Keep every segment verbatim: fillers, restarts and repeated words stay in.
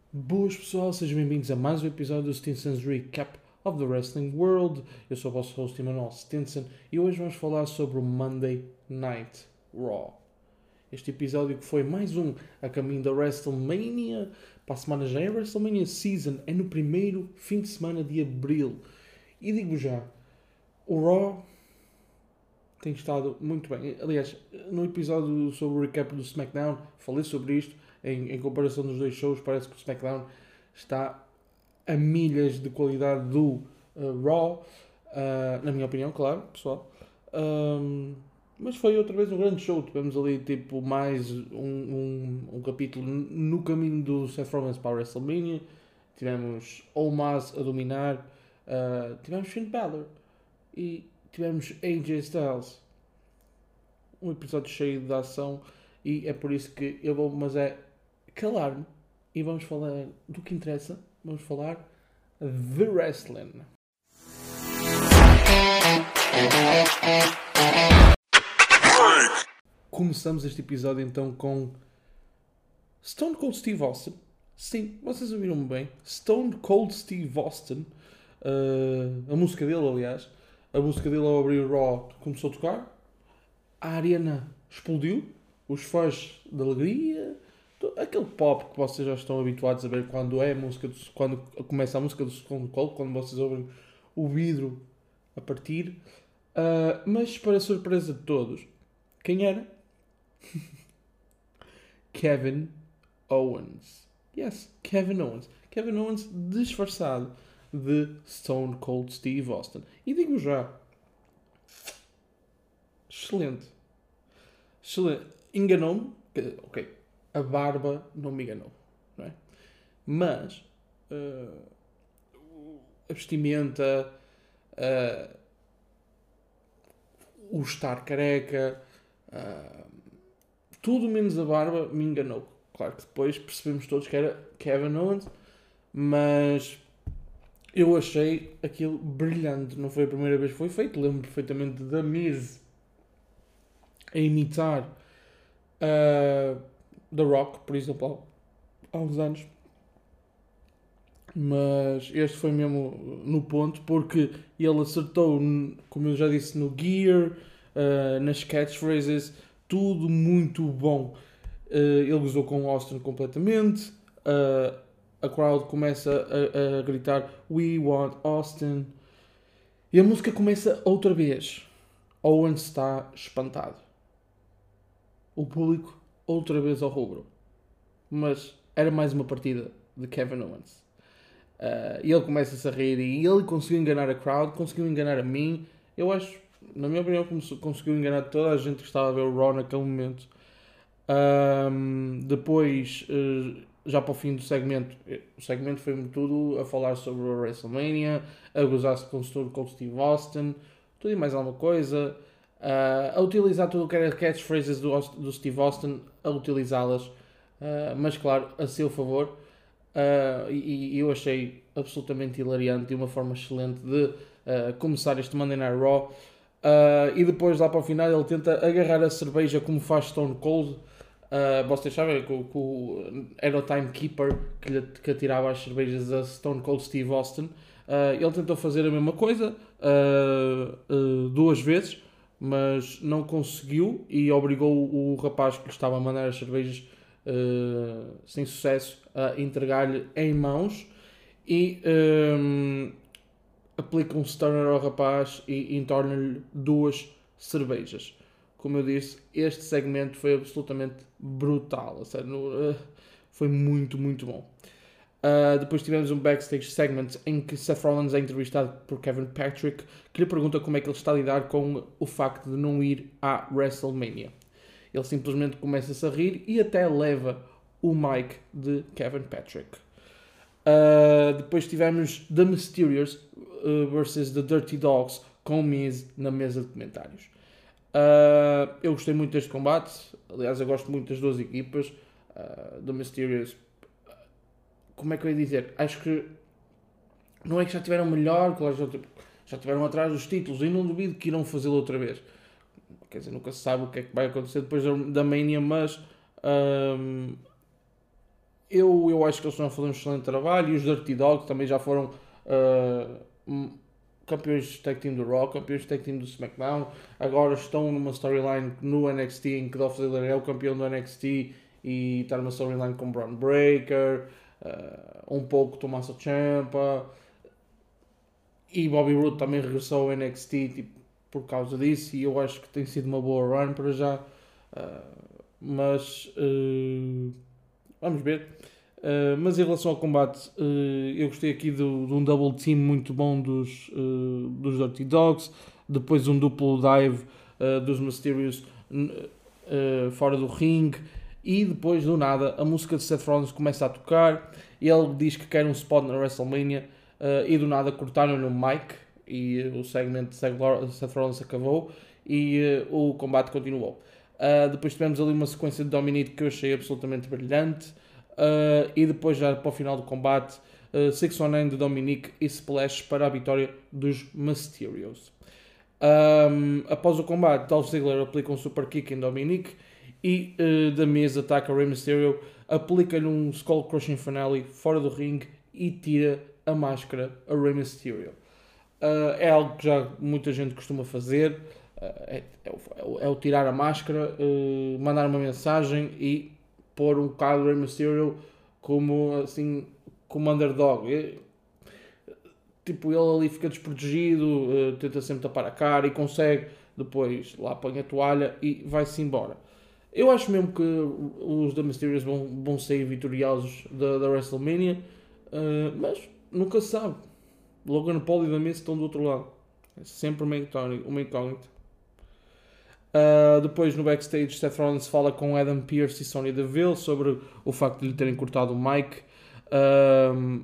Boas pessoal, sejam bem-vindos a mais um episódio do Stinson's Recap of the Wrestling World. Eu sou o vosso host Emmanuel Stinson e hoje vamos falar sobre o Monday Night Raw. Este episódio que foi mais um a caminho da WrestleMania. Para a semana já é WrestleMania Season, é no primeiro fim de semana de Abril. E digo já, o Raw tem estado muito bem. Aliás, no episódio sobre o recap do SmackDown, falei sobre isto. Em, em comparação dos dois shows, parece que o SmackDown está a milhas de qualidade do uh, Raw. Uh, na minha opinião, claro, pessoal. Um, mas foi outra vez um grande show. Tivemos ali tipo mais um, um, um capítulo no caminho do Seth Rollins para a WrestleMania. Tivemos Omos a dominar. Uh, tivemos Finn Balor. E tivemos A J Styles. Um episódio cheio de ação. E é por isso que eu vou, mas é calar-me. E vamos falar do que interessa. Vamos falar de wrestling. Começamos este episódio então com Stone Cold Steve Austin. Sim, vocês ouviram-me bem. Stone Cold Steve Austin. Uh, a música dele, aliás. A música dele ao abrir o Raw começou a tocar. A arena explodiu. Os fãs de alegria. Aquele pop que vocês já estão habituados a ver quando é a música do, quando começa a música do Stone Cold, quando vocês ouvem o vidro a partir. Uh, mas para a surpresa de todos, quem era? Kevin Owens. Yes, Kevin Owens. Kevin Owens disfarçado de Stone Cold Steve Austin. E digo já, excelente. Excelente. Enganou-me. Ok, a barba não me enganou, não é? Mas uh, a vestimenta, uh, o estar careca, uh, tudo menos a barba me enganou. Claro que depois percebemos todos que era Kevin Owens, mas eu achei aquilo brilhante. Não foi a primeira vez que foi feito. Lembro perfeitamente da Miz a imitar uh, The Rock, por exemplo, há uns anos. Mas este foi mesmo no ponto, porque ele acertou, como eu já disse, no gear, uh, nas catchphrases, tudo muito bom. Uh, ele gozou com o Austin completamente. Uh, a crowd começa a, a gritar "We want Austin". E a música começa outra vez. Owen está espantado. O público outra vez ao rubro. Mas era mais uma partida de Kevin Owens. Uh, e ele começa-se a rir e ele conseguiu enganar a crowd, conseguiu enganar a mim. Eu acho, na minha opinião, conseguiu enganar toda a gente que estava a ver o Raw naquele momento. Um, depois, uh, já para o fim do segmento, o segmento foi tudo a falar sobre a WrestleMania, a gozar-se com o Stone Cold Steve Austin, tudo e mais alguma coisa, uh, a utilizar tudo o que era catchphrases do, do Steve Austin, a utilizá-las, uh, mas claro, a seu favor. Uh, e, e eu achei absolutamente hilariante e uma forma excelente de uh, começar este Monday Night Raw. Uh, e depois lá para o final ele tenta agarrar a cerveja como faz Stone Cold. Uh, vocês sabem que, que o, era o timekeeper que, lhe, que atirava as cervejas a Stone Cold Steve Austin. Uh, ele tentou fazer a mesma coisa uh, uh, duas vezes, mas não conseguiu e obrigou o rapaz que lhe estava a mandar as cervejas uh, sem sucesso a entregar-lhe em mãos e um, aplica um stunner ao rapaz e entorna-lhe duas cervejas. Como eu disse, este segmento foi absolutamente brutal. Sério, uh, foi muito, muito bom. Uh, depois tivemos um backstage segment em que Seth Rollins é entrevistado por Kevin Patrick, que lhe pergunta como é que ele está a lidar com o facto de não ir à WrestleMania. Ele simplesmente começa-se a rir e até leva o mic de Kevin Patrick. Uh, depois tivemos The Mysterios uh, versus The Dirty Dogs com Miz na mesa de comentários. Uh, eu gostei muito deste combate. Aliás, eu gosto muito das duas equipas. Uh, The Mysterios, como é que eu ia dizer? Acho que não é que já tiveram melhor, claro, já, já tiveram atrás dos títulos e não duvido que irão fazê-lo outra vez. Quer dizer, nunca se sabe o que é que vai acontecer depois da Mania, mas um, Eu, eu acho que eles estão a fazer um excelente trabalho e os Dirty Dogs também já foram uh, campeões de tag team do Raw, campeões de tag team do SmackDown. Agora estão numa storyline no N X T em que Dolph Ziggler é o campeão do N X T e está numa storyline com Braun Breaker, uh, um pouco Tommaso Ciampa e Bobby Roode também regressou ao N X T tipo, por causa disso e eu acho que tem sido uma boa run para já. Uh, mas uh, vamos ver. Uh, mas em relação ao combate, uh, eu gostei aqui do, de um double team muito bom dos, uh, dos Dirty Dogs, depois um duplo dive uh, dos Mysterios uh, fora do ringue, e depois do nada a música de Seth Rollins começa a tocar, e ele diz que quer um spot na WrestleMania, uh, e do nada cortaram-lhe o mic, e uh, o segmento de Seth Rollins acabou, e uh, o combate continuou. Uh, depois tivemos ali uma sequência de Dominic que eu achei absolutamente brilhante. Uh, e depois já para o final do combate uh, seis um nove de Dominic e Splash para a vitória dos Mysterios. Um, após o combate, Dolph Ziggler aplica um super kick em Dominic e uh, The Miz ataca Rey Mysterio, aplica-lhe um Skull Crushing Finale fora do ringue e tira a máscara a Rey Mysterio. Uh, é algo que já muita gente costuma fazer, uh, é, é, o, é o tirar a máscara, uh, mandar uma mensagem e pôr um bocado Rey Mysterio como, assim, como underdog. E, tipo, ele ali fica desprotegido, uh, tenta sempre tapar a cara e consegue, depois lá põe a toalha e vai-se embora. Eu acho mesmo que os da Mysterios vão, vão sair vitoriosos da, da WrestleMania, uh, mas nunca se sabe. Logan Paul e The Miz estão do outro lado. É sempre uma incógnita. Uh, depois no backstage Seth Rollins fala com Adam Pearce e Sonya Deville sobre o facto de lhe terem cortado o mic. um,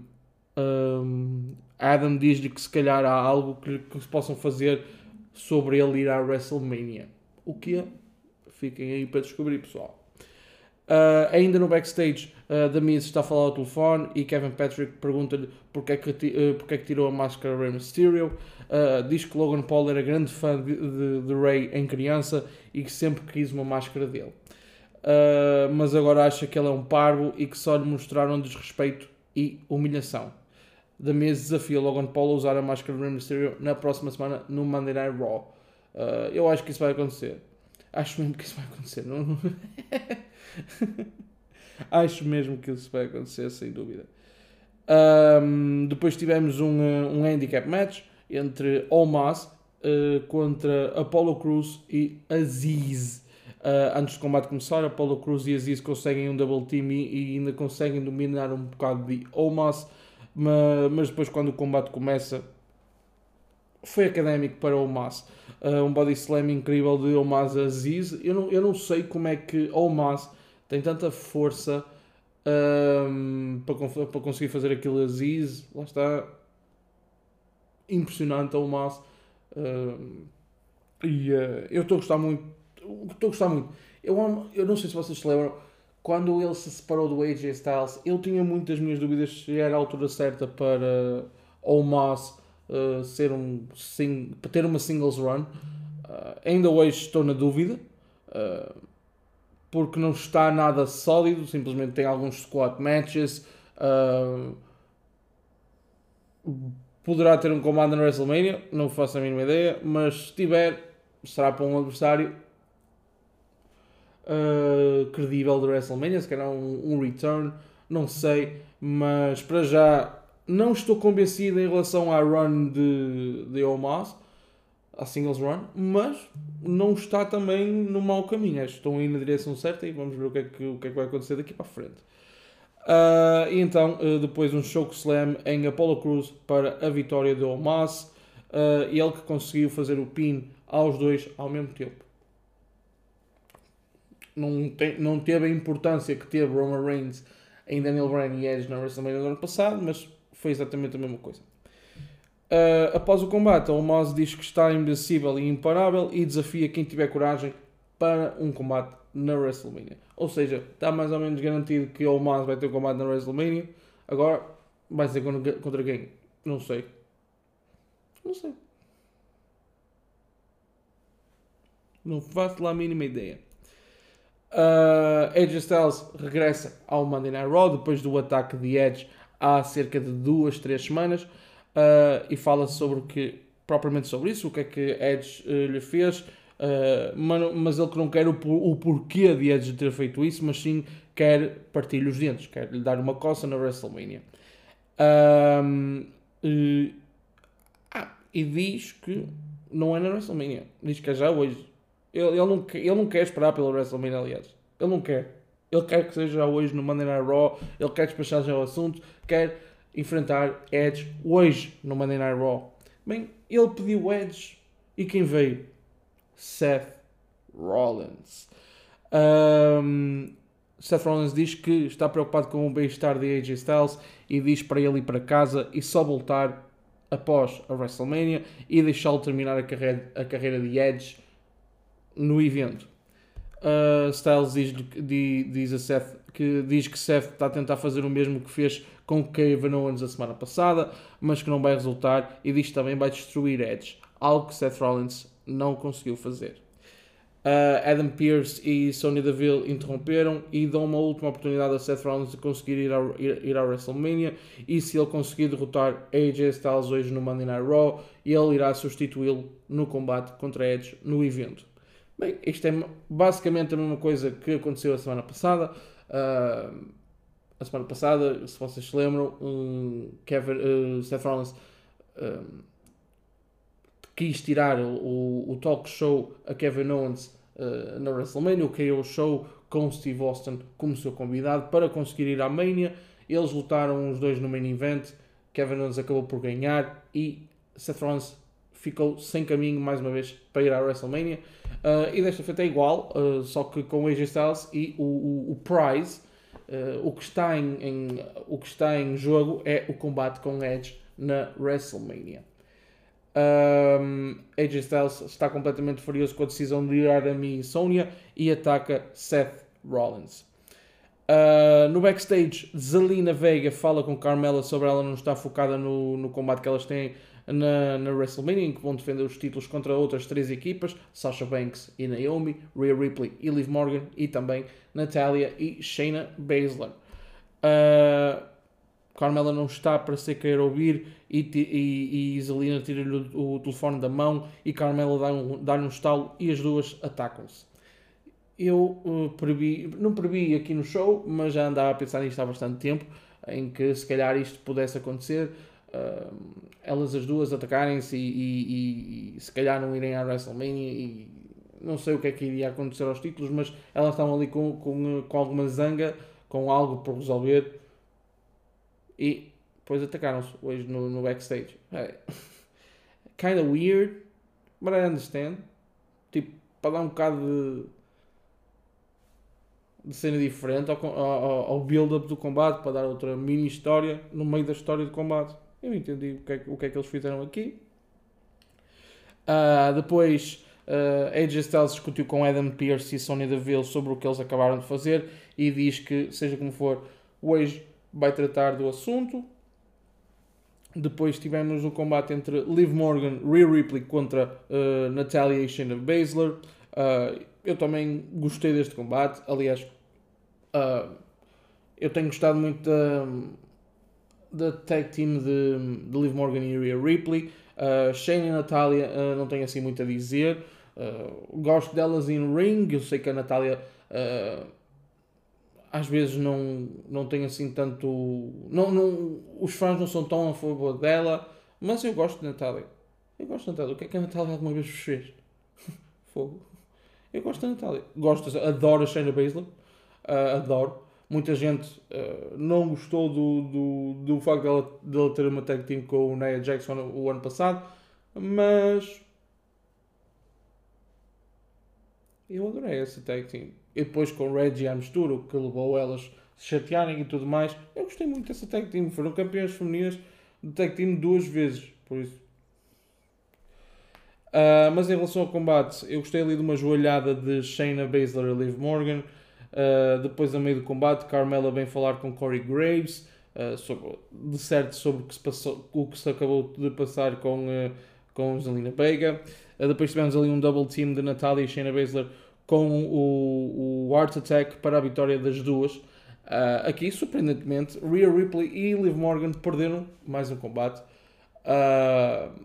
um, Adam diz-lhe que se calhar há algo que, que se possam fazer sobre ele ir à WrestleMania. O que é? Fiquem aí para descobrir, pessoal. Uh, ainda no backstage, uh, The Miz está a falar ao telefone e Kevin Patrick pergunta-lhe porque é que, uh, porque é que tirou a máscara Rey Mysterio. Uh, diz que Logan Paul era grande fã de, de, de Rey em criança e que sempre quis uma máscara dele. Uh, mas agora acha que ele é um parvo e que só lhe mostraram desrespeito e humilhação. The Miz desafia Logan Paul a usar a máscara Rey Mysterio na próxima semana no Monday Night Raw. Uh, eu acho que isso vai acontecer. Acho mesmo que isso vai acontecer. Não? Acho mesmo que isso vai acontecer, sem dúvida. Um, depois tivemos um, um handicap match entre Omos uh, contra Apollo Crews e Aziz. Uh, antes do combate começar, Apollo Crews e Aziz conseguem um double team e, e ainda conseguem dominar um bocado de Omos, mas, mas depois quando o combate começa foi académico para Omos. Uh, um body slam incrível de Omos a Aziz. Eu não, eu não sei como é que Omos tem tanta força um, para, para conseguir fazer aquilo a Aziz. Lá está. Impressionante a Omos. Uh, e uh, eu estou a gostar muito. Estou a gostar muito. Eu, amo, eu não sei se vocês se lembram. Quando ele se separou do A J Styles, eu tinha muitas minhas dúvidas se era a altura certa para Omos uh, ser um, sing, para ter uma singles run. Uh, ainda hoje estou na dúvida. Uh, porque não está nada sólido, simplesmente tem alguns squat matches. Uh, poderá ter um combate na WrestleMania, não faço a mínima ideia, mas se tiver, será para um adversário uh, credível de WrestleMania, se calhar um, um return, não sei, mas para já não estou convencido em relação à run de, de Omos, a singles run, mas não está também no mau caminho. Acho que estão aí na direção certa e vamos ver o que é que, o que, é que vai acontecer daqui para a frente. Uh, e então, uh, depois um choke slam em Apollo Crews para a vitória de Omos, uh, e ele que conseguiu fazer o pin aos dois ao mesmo tempo. Não, tem, não teve a importância que teve Roman Reigns em Daniel Bryan e Edge na WrestleMania do ano passado, mas foi exatamente a mesma coisa. Uh, após o combate, o Omos diz que está invencível e imparável e desafia quem tiver coragem para um combate na WrestleMania. Ou seja, está mais ou menos garantido que o Omos vai ter um combate na WrestleMania. Agora, vai ser contra quem? Não sei. Não sei. Não faço lá a mínima ideia. Uh, A J Styles regressa ao Monday Night Raw depois do ataque de Edge há cerca de duas, três semanas, uh, e fala sobre o que, propriamente sobre isso, o que é que Edge uh, lhe fez, uh, mas, mas ele que não quer o, o porquê de Edge ter feito isso, mas sim quer partir-lhe os dentes, quer lhe dar uma coça na WrestleMania. Um, e, ah, e diz que não é na WrestleMania, diz que é já hoje. Ele, ele, não, ele não quer esperar pela WrestleMania, aliás. Ele não quer. Ele quer que seja já hoje no Monday Night Raw. Ele quer despachar já o assunto. Quer enfrentar Edge hoje no Monday Night Raw. Bem, ele pediu Edge. E quem veio? Seth Rollins. Um, Seth Rollins diz que está preocupado com o bem-estar de A J Styles e diz para ele ir para casa e só voltar após a WrestleMania e deixá-lo terminar a carreira, a carreira de Edge no evento. Uh, Styles diz, diz, diz a Seth que diz que Seth está a tentar fazer o mesmo que fez com Kevin Owens a semana passada, mas que não vai resultar, e diz que também vai destruir Edge, algo que Seth Rollins não conseguiu fazer. Uh, Adam Pearce e Sonya Deville interromperam e dão uma última oportunidade a Seth Rollins de conseguir ir, ao, ir, ir à WrestleMania, e se ele conseguir derrotar A J Styles hoje no Monday Night Raw, ele irá substituí-lo no combate contra Edge no evento. Bem, isto é basicamente a mesma coisa que aconteceu a semana passada. Uh, a semana passada, se vocês se lembram, um, Kevin, uh, Seth Rollins um, quis tirar o, o talk show a Kevin Owens uh, na WrestleMania, o K O Show, com Steve Austin como seu convidado, para conseguir ir à Mania. Eles lutaram os dois no main event. Kevin Owens acabou por ganhar e Seth Rollins ficou sem caminho mais uma vez para ir à WrestleMania. Uh, e desta feita é igual, uh, só que com o A J Styles e o, o, o prize, uh, o, que está em, em, o que está em jogo é o combate com Edge na WrestleMania. Um, A J Styles está completamente furioso com a decisão de Adam e Sonya e ataca Seth Rollins. Uh, no backstage, Zelina Vega fala com Carmella sobre ela não estar focada no, no combate que elas têm na, na WrestleMania, em que vão defender os títulos contra outras três equipas, Sasha Banks e Naomi, Rhea Ripley e Liv Morgan, e também Natalya e Shayna Baszler. Uh, Carmella não está para se querer ouvir e, e, e Zelina tira-lhe o, o telefone da mão e Carmella dá um, dá um estalo e as duas atacam-se. Eu uh, previ, não previ aqui no show, mas já andava a pensar nisto há bastante tempo, em que se calhar isto pudesse acontecer, uh, elas as duas atacarem-se e, e, e se calhar não irem à WrestleMania, e não sei o que é que iria acontecer aos títulos, mas elas estavam ali com, com, com alguma zanga, com algo por resolver, e depois atacaram-se hoje no, no backstage. É, kind of weird, but I understand. Tipo, para dar um bocado de de cena diferente ao, ao, ao build-up do combate, para dar outra mini história no meio da história do combate. Eu entendi o que é, o que, é que eles fizeram aqui. Uh, depois uh, A J Styles discutiu com Adam Pearce e Sonya Deville sobre o que eles acabaram de fazer e diz que, seja como for, hoje vai tratar do assunto. Depois tivemos o combate entre Liv Morgan, Rhea Ripley contra uh, Natalya e Shayna Baszler. Uh, eu também gostei deste combate. Aliás, uh, eu tenho gostado muito da, da tag team de, de Liv Morgan e Rhea Ripley. Uh, Shayna e Natalya uh, não tenho assim muito a dizer. Uh, gosto delas em ring. Eu sei que a Natalya uh, às vezes não, não tem assim tanto... Não, não, os fãs não são tão a favor dela, mas eu gosto de Natalya. Eu gosto de Natalya. O que é que a Natalya alguma vez fez? Fogo. Eu gosto da Natalya. Gosto, adoro a Shayna Baszler. Uh, adoro. Muita gente uh, não gostou do, do, do facto dela, dela ter uma tag team com o Nia Jackson o ano passado, mas eu adorei essa tag team. E depois com o Reggie à mistura, o que levou elas se chatearem e tudo mais. Eu gostei muito dessa tag team. Foram campeãs femininas de tag team duas vezes. Por isso. Uh, mas em relação ao combate, eu gostei ali de uma joelhada de Shayna Baszler e Liv Morgan. Uh, depois, a meio do combate, Carmella vem falar com Corey Graves uh, sobre, de certo sobre o que se, passou, o que se acabou de passar com, uh, com Zelina Vega. Uh, depois tivemos ali um double team de Natalya e Shayna Baszler com o, o Art Attack para a vitória das duas. Uh, aqui, surpreendentemente, Rhea Ripley e Liv Morgan perderam mais um combate. Uh,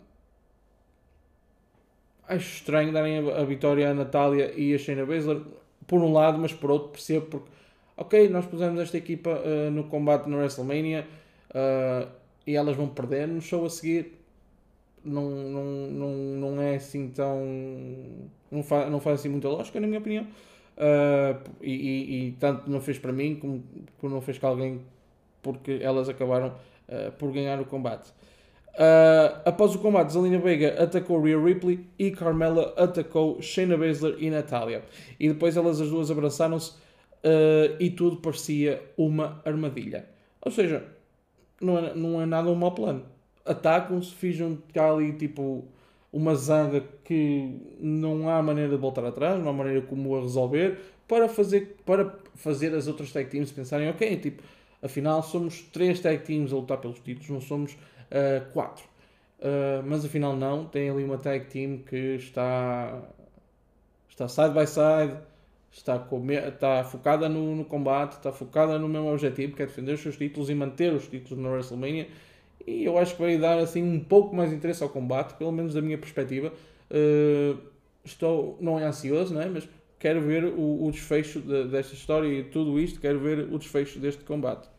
acho estranho darem a, a vitória à Natália e a Shayna Baszler, por um lado, mas por outro percebo, porque ok, nós pusemos esta equipa uh, no combate na WrestleMania uh, e elas vão perder no show a seguir. Não, não, não, não é assim tão... Não faz, não faz assim muita lógica, na minha opinião. Uh, e, e, e tanto não fez para mim, como, como não fez com alguém, porque elas acabaram uh, por ganhar o combate. Uh, após o combate, Zelina Vega atacou Rhea Ripley e Carmella atacou Shayna Baszler e Natália. E depois elas as duas abraçaram-se uh, e tudo parecia uma armadilha. Ou seja, não é, não é nada um mau plano. Atacam-se, fingem que há ali tipo uma zanga que não há maneira de voltar atrás, não há maneira como a resolver, para fazer, para fazer as outras tag teams pensarem, ok, tipo, afinal somos três tag teams a lutar pelos títulos, não somos uh, quatro. Uh, mas afinal não, tem ali uma tag team que está, está side by side, está, com, está focada no, no combate, está focada no mesmo objetivo, que é defender os seus títulos e manter os títulos na WrestleMania. E eu acho que vai dar assim um pouco mais interesse ao combate, pelo menos da minha perspectiva. Uh, estou, não é ansioso, não é? Mas quero ver o, o desfecho de, desta história e tudo isto, quero ver o desfecho deste combate.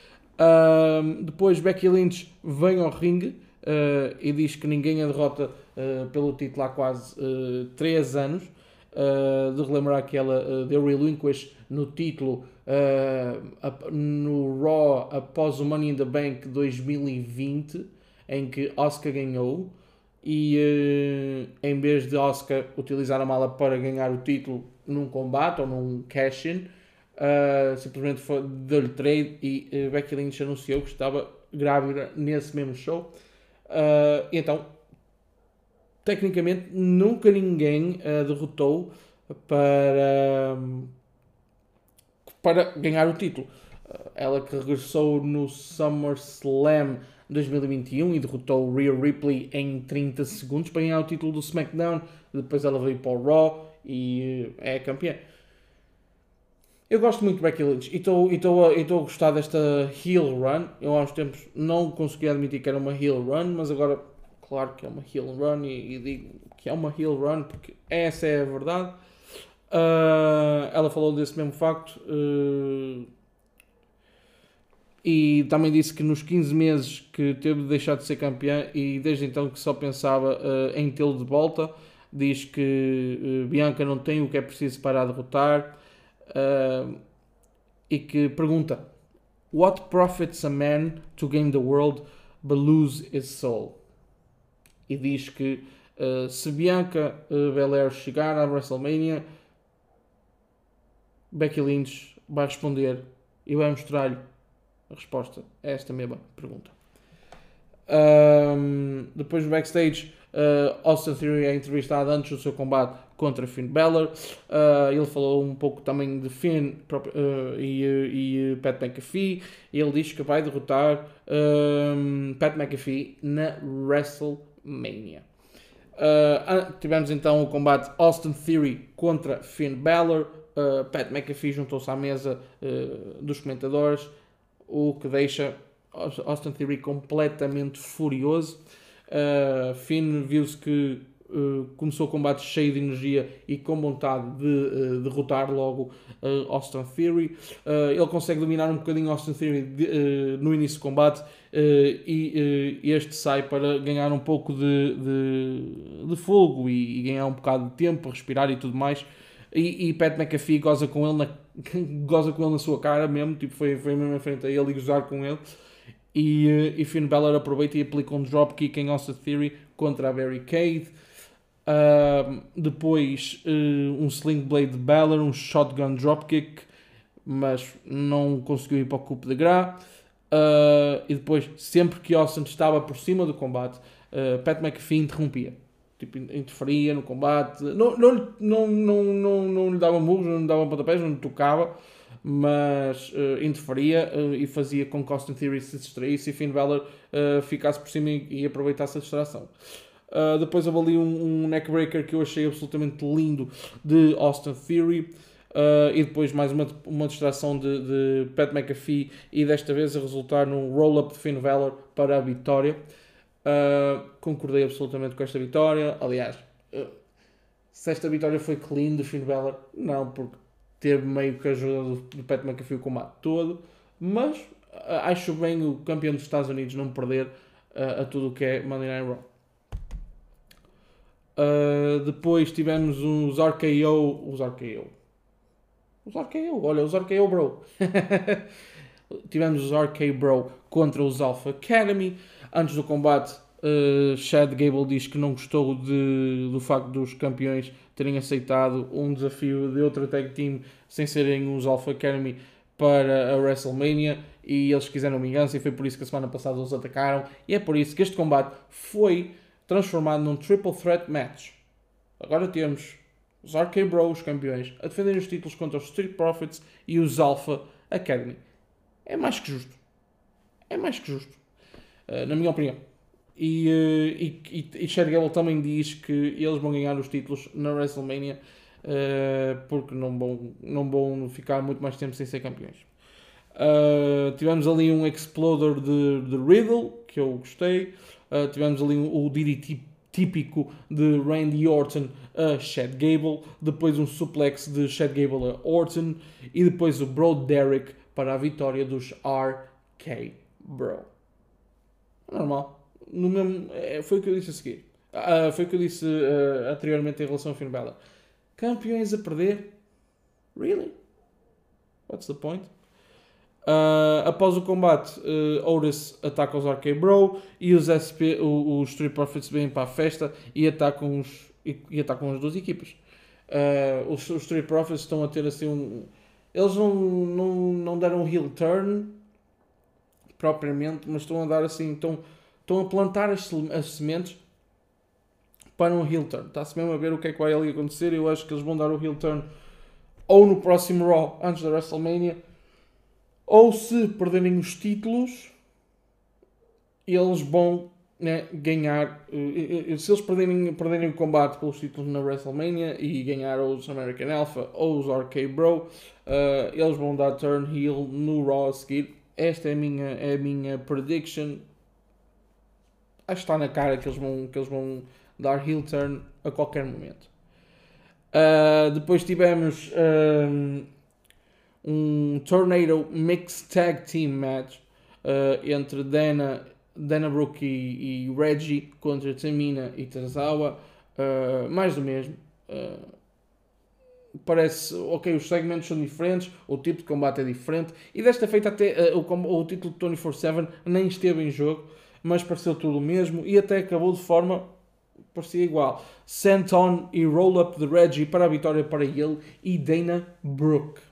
Uh, depois Becky Lynch vem ao ringue uh, e diz que ninguém a derrota uh, pelo título há quase três anos. Uh, de relembrar que ela uh, deu relinquish no título uh, no Raw após o Money in the Bank dois mil e vinte, em que Asuka ganhou, e uh, em vez de Asuka utilizar a mala para ganhar o título num combate ou num cash-in, uh, simplesmente deu-lhe trade e uh, Becky Lynch anunciou que estava grávida nesse mesmo show. Uh, e então, tecnicamente, nunca ninguém a derrotou para, para ganhar o título. Ela que regressou no SummerSlam dois mil e vinte e um e derrotou Rhea Ripley em trinta segundos para ganhar o título do SmackDown. Depois ela veio para o Raw e é campeã. Eu gosto muito de Becky Lynch e estou a gostar desta heel run. Eu há uns tempos não consegui admitir que era uma heel run, mas agora... Claro que é uma heel run e, e digo que é uma heel run porque essa é a verdade. Uh, ela falou desse mesmo facto uh, e também disse que nos quinze meses que teve de deixar de ser campeã e desde então que só pensava uh, em tê-lo de volta. Diz que uh, Bianca não tem o que é preciso para a derrotar uh, e que pergunta: What profits a man to gain the world but lose his soul? E diz que uh, se Bianca uh, Belair chegar à WrestleMania, Becky Lynch vai responder e vai mostrar-lhe a resposta a esta mesma pergunta. Um, depois do backstage, uh, Austin Theory é entrevistado antes do seu combate contra Finn Balor. Uh, ele falou um pouco também de Finn uh, e, e Pat McAfee. Ele diz que vai derrotar um, Pat McAfee na WrestleMania. Mania. Uh, tivemos então o combate Austin Theory contra Finn Balor. uh, Pat McAfee juntou-se à mesa uh, dos comentadores, o que deixa Austin Theory completamente furioso. uh, Finn viu-se que uh, começou o combate cheio de energia e com vontade de uh, derrotar logo uh, Austin Theory. Uh, ele consegue dominar um bocadinho Austin Theory de, uh, no início do combate. Uh, e uh, este sai para ganhar um pouco de, de, de fogo e, e ganhar um bocado de tempo para respirar e tudo mais. E, e Pat McAfee goza com ele na, goza com ele na sua cara mesmo, tipo, foi, foi mesmo em frente a ele e gozar com ele. E, uh, e Finn Balor aproveita e aplica um dropkick em Austin Theory contra a Barricade. Uh, depois uh, um Sling Blade de Balor, um Shotgun Dropkick, mas não conseguiu ir para o cupo de Gras. Uh, e depois, sempre que Austin estava por cima do combate, uh, Pat McAfee interrompia, tipo, interferia no combate, não, não, não, não, não, não lhe dava murros, não lhe dava pontapés, não lhe tocava, mas uh, interferia uh, e fazia com que Austin Theory se distraísse e Finn Balor uh, ficasse por cima e, e aproveitasse a distração. Uh, depois houve ali um, um neckbreaker que eu achei absolutamente lindo de Austin Theory. Uh, e depois mais uma, uma distração de, de Pat McAfee e desta vez a resultar num roll-up de Finn Balor para a vitória. Uh, concordei absolutamente com esta vitória. Aliás, uh, se esta vitória foi clean de Finn Balor, não, porque teve meio que a ajuda do, do Pat McAfee o combate todo, mas uh, acho bem o campeão dos Estados Unidos não perder uh, a tudo o que é Monday Night Raw. Uh, depois tivemos os R K O, os R K O, os R K O, olha, os R K O Bro. Tivemos os R K Bro contra os Alpha Academy. Antes do combate, uh, Chad Gable diz que não gostou de, do facto dos campeões terem aceitado um desafio de outra tag team sem serem os Alpha Academy para a WrestleMania, e eles quiseram vingança e foi por isso que a semana passada os atacaram, e é por isso que este combate foi transformado num Triple Threat Match. Agora temos os R K Bro, os campeões, a defender os títulos contra os Street Profits e os Alpha Academy. É mais que justo. É mais que justo. Uh, na minha opinião. E, uh, e, e, e Chad Gable também diz que eles vão ganhar os títulos na WrestleMania uh, porque não vão, não vão ficar muito mais tempo sem ser campeões. Uh, tivemos ali um Exploder de, de Riddle, que eu gostei. Uh, tivemos ali um, o D D T típico de Randy Orton a Chad Gable. Depois um suplex de Chad Gable a Orton. E depois o Bro Derek para a vitória dos R K Bro. Normal. No mesmo, é, foi o que eu disse a seguir. Uh, foi o que eu disse uh, anteriormente em relação ao Finn Balor. Campeões a perder? Really? What's the point? Uh, após o combate, uh, Otis ataca os R K Bro e os, S P, os, os Street Profits vêm para a festa e atacam, os, e, e atacam as duas equipas. Uh, os, os Street Profits estão a ter assim um... Eles não, não, não deram um heel turn propriamente, mas estão a dar assim, estão, estão a plantar as, as sementes para um heel turn. Está-se mesmo a ver o que é que vai ali acontecer. Eu acho que eles vão dar o heel turn ou no próximo Raw, antes da WrestleMania, ou se perderem os títulos, eles vão, né, ganhar. Se eles perderem, perderem o combate pelos títulos na WrestleMania e ganhar os American Alpha ou os R K Bro, uh, eles vão dar turn heel no Raw a seguir. Esta é a minha, é a minha prediction. Acho que está na cara que eles vão, que eles vão dar heel turn a qualquer momento. Uh, depois tivemos um, um Tornado Mixed Tag Team Match uh, entre Dana, Dana Brooke e, e Reggie contra Tamina e Tozawa. Uh, mais do mesmo. Uh, Parece, ok, os segmentos são diferentes, o tipo de combate é diferente, e desta feita até uh, o, o título de vinte e quatro sete nem esteve em jogo, mas pareceu tudo o mesmo e até acabou de forma, parecia igual. Senton e roll-up de Reggie para a vitória para ele e Dana Brooke.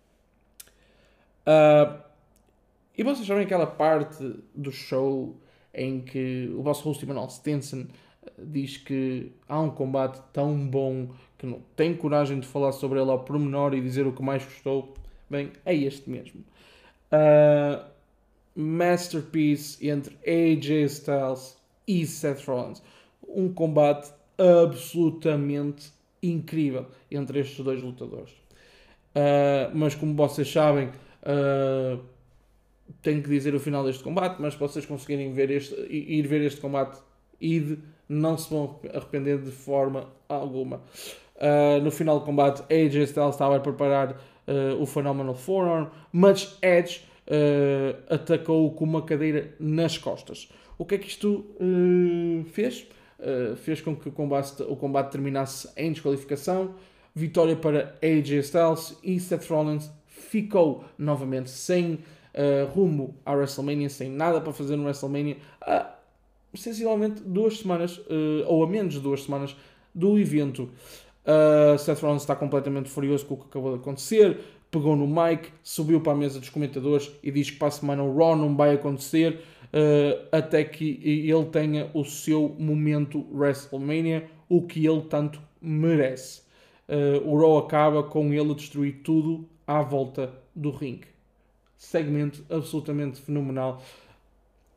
Uh, e vocês sabem aquela parte do show em que o vosso host Emmanuel Stinson diz que há um combate tão bom que não tem coragem de falar sobre ele ao pormenor e dizer o que mais gostou? Bem, é este mesmo. Uh, masterpiece entre A J Styles e Seth Rollins. Um combate absolutamente incrível entre estes dois lutadores. Uh, mas como vocês sabem, uh, tenho que dizer o final deste combate, mas se vocês conseguirem ver este, ir ver este combate, id, não se vão arrepender de forma alguma. Uh, no final do combate, A J Styles estava a preparar uh, o Phenomenal Forearm, mas Edge uh, atacou-o com uma cadeira nas costas. O que é que isto uh, fez? Uh, fez com que o combate, o combate terminasse em desqualificação. Vitória para A J Styles e Seth Rollins ficou novamente sem uh, rumo à WrestleMania, sem nada para fazer no WrestleMania. Uh, sensivelmente duas semanas, uh, ou a menos de duas semanas, do evento. Uh, Seth Rollins está completamente furioso com o que acabou de acontecer, pegou no mic, subiu para a mesa dos comentadores e diz que para a semana o Raw não vai acontecer uh, até que ele tenha o seu momento WrestleMania, o que ele tanto merece. Uh, o Raw acaba com ele a destruir tudo à volta do ringue. Segmento absolutamente fenomenal.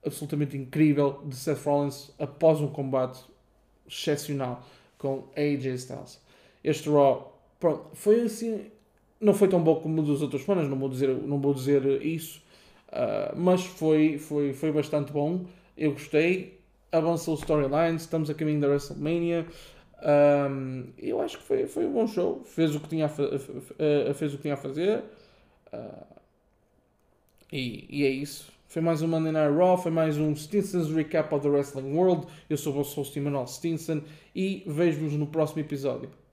absolutamente incrível de Seth Rollins após um combate excepcional com A J Styles. Este Raw, pronto, foi assim, não foi tão bom como o das outras semanas, não vou dizer, não vou dizer isso, uh, mas foi, foi, foi bastante bom. Eu gostei, avançou o storyline, estamos a caminho da WrestleMania. Um, eu acho que foi, foi um bom show, fez o que tinha a, fa- fez o que tinha a fazer. Uh, e, e é isso. Foi mais um Monday Night Raw, foi mais um Stinson's Recap of the Wrestling World. Eu sou o vosso host Emanuel Stinson e vejo-vos no próximo episódio.